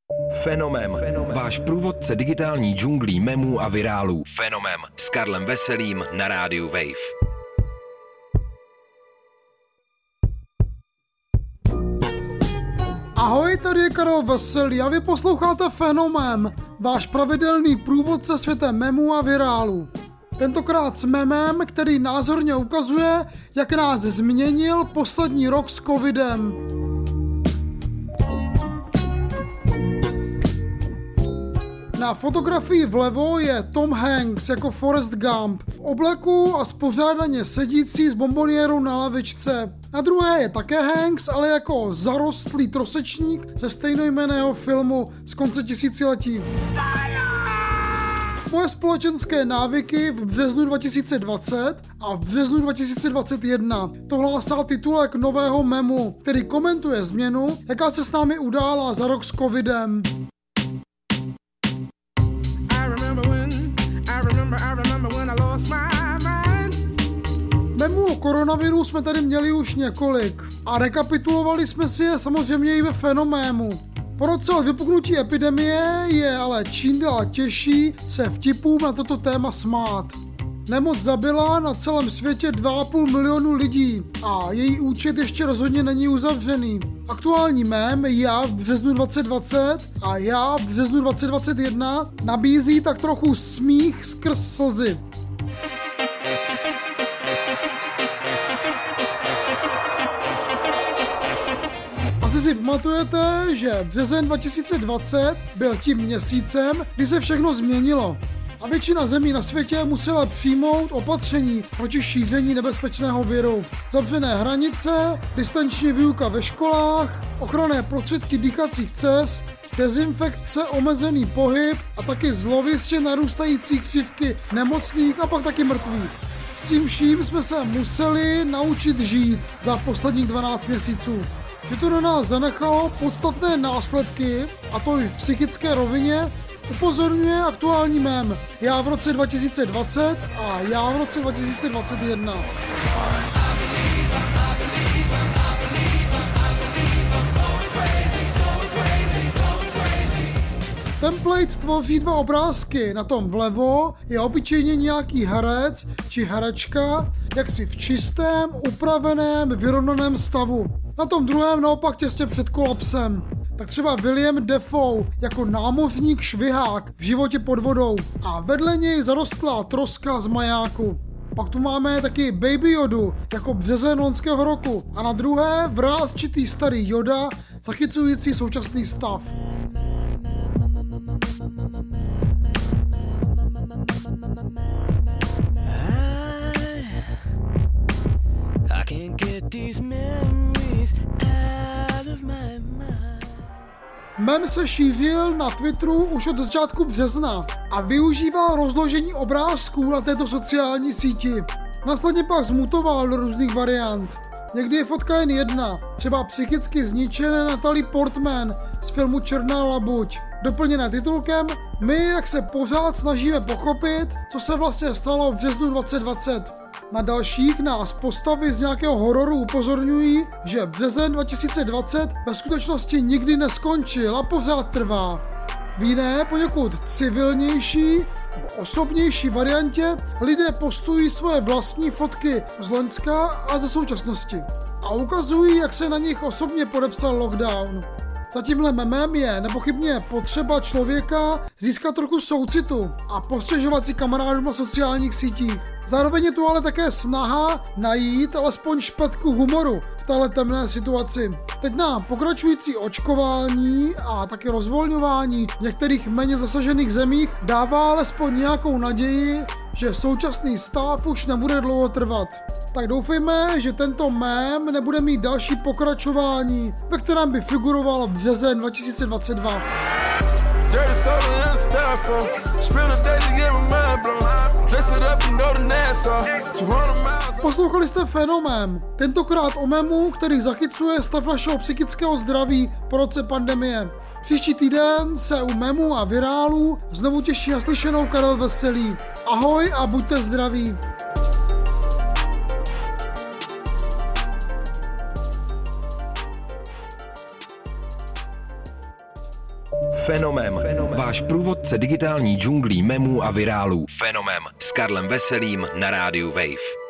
Fenomem. Váš průvodce digitální džunglí memů a virálů. Fenomem s Karlem Veselým na rádiu Wave. Ahoj, tady je Karel Veselý a vy posloucháte Fenomem, váš pravidelný průvodce světem memů a virálů. Tentokrát s memem, který názorně ukazuje, jak nás změnil poslední rok s covidem. Na fotografii vlevo je Tom Hanks jako Forrest Gump v obleku a spořádaně sedící s bomboniérou na lavičce. Na druhé je také Hanks, ale jako zarostlý trosečník ze stejnojmenného filmu z konce tisíciletí. Moje společenské návyky v březnu 2020 a v březnu 2021. To hlásá titulek nového memu, který komentuje změnu, jaká se s námi udála za rok s covidem. Memů o koronaviru jsme tady měli už několik a rekapitulovali jsme si je samozřejmě i ve Fenomému. Po roce od vypuknutí epidemie je ale čím dál těžší se vtipům na toto téma smát. Nemoc zabila na celém světě 2,5 milionu lidí a její účet ještě rozhodně není uzavřený. Aktuální mém Já v březnu 2020 a Já v březnu 2021 nabízí tak trochu smích skrz slzy. Asi si pamatujete, že březen 2020 byl tím měsícem, kdy se všechno změnilo a většina zemí na světě musela přijmout opatření proti šíření nebezpečného viru. Zavřené hranice, distanční výuka ve školách, ochranné prostředky dýchacích cest, dezinfekce, omezený pohyb a taky zlověstně narůstající křivky nemocných a pak taky mrtvých. S tím vším jsme se museli naučit žít za posledních 12 měsíců. Že to na nás zanechalo podstatné následky, a to i v psychické rovině, upozorňuje aktuální mém Já v roce 2020 a Já v roce 2021. Template tvoří dva obrázky. Na tom vlevo je obyčejně nějaký herec či herečka, jaksi v čistém, upraveném, vyrovnaném stavu. Na tom druhém naopak těsně před kolapsem. Tak třeba William Dafoe jako námořník švihák v životě pod vodou a vedle něj zarostlá troska z majáku. Pak tu máme taky Baby Yodu jako březen loňského roku a na druhé vrásčitý starý Yoda zachycující současný stav. Mem se šířil na Twitteru už od začátku března a využíval rozložení obrázků na této sociální síti. Následně pak zmutoval do různých variant. Někdy je fotka jen jedna, třeba psychicky zničené Natalie Portman z filmu Černá labuť, doplněné titulkem My, jak se pořád snažíme pochopit, co se vlastně stalo v březnu 2020. Na dalších nás postavy z nějakého hororu upozorňují, že březen 2020 ve skutečnosti nikdy neskončil a pořád trvá. V jiné, poněkud civilnější nebo osobnější variantě lidé postují svoje vlastní fotky z loňska a ze současnosti a ukazují, jak se na nich osobně podepsal lockdown. Za tímhle memem je nepochybně potřeba člověka získat trochu soucitu a postěžovat si kamarádům na sociálních sítích. Zároveň je tu ale také snaha najít alespoň špetku humoru v téhle temné situaci. Teď na pokračující očkování a taky rozvolňování v některých méně zasažených zemích dává alespoň nějakou naději, že současný stav už nebude dlouho trvat. Tak doufejme, že tento mém nebude mít další pokračování, ve kterém by figuroval březen 2022. Poslouchali jste Fenomén, tentokrát o mému, který zachycuje stav našeho psychického zdraví po roce pandemie. Příští týden se u memů a virálů znovu těší na slyšenou Karel Veselý. Ahoj a buďte zdraví. Fenomem. Váš průvodce digitální džunglí memů a virálů. Fenomem s Karlem Veselým na rádiu Wave.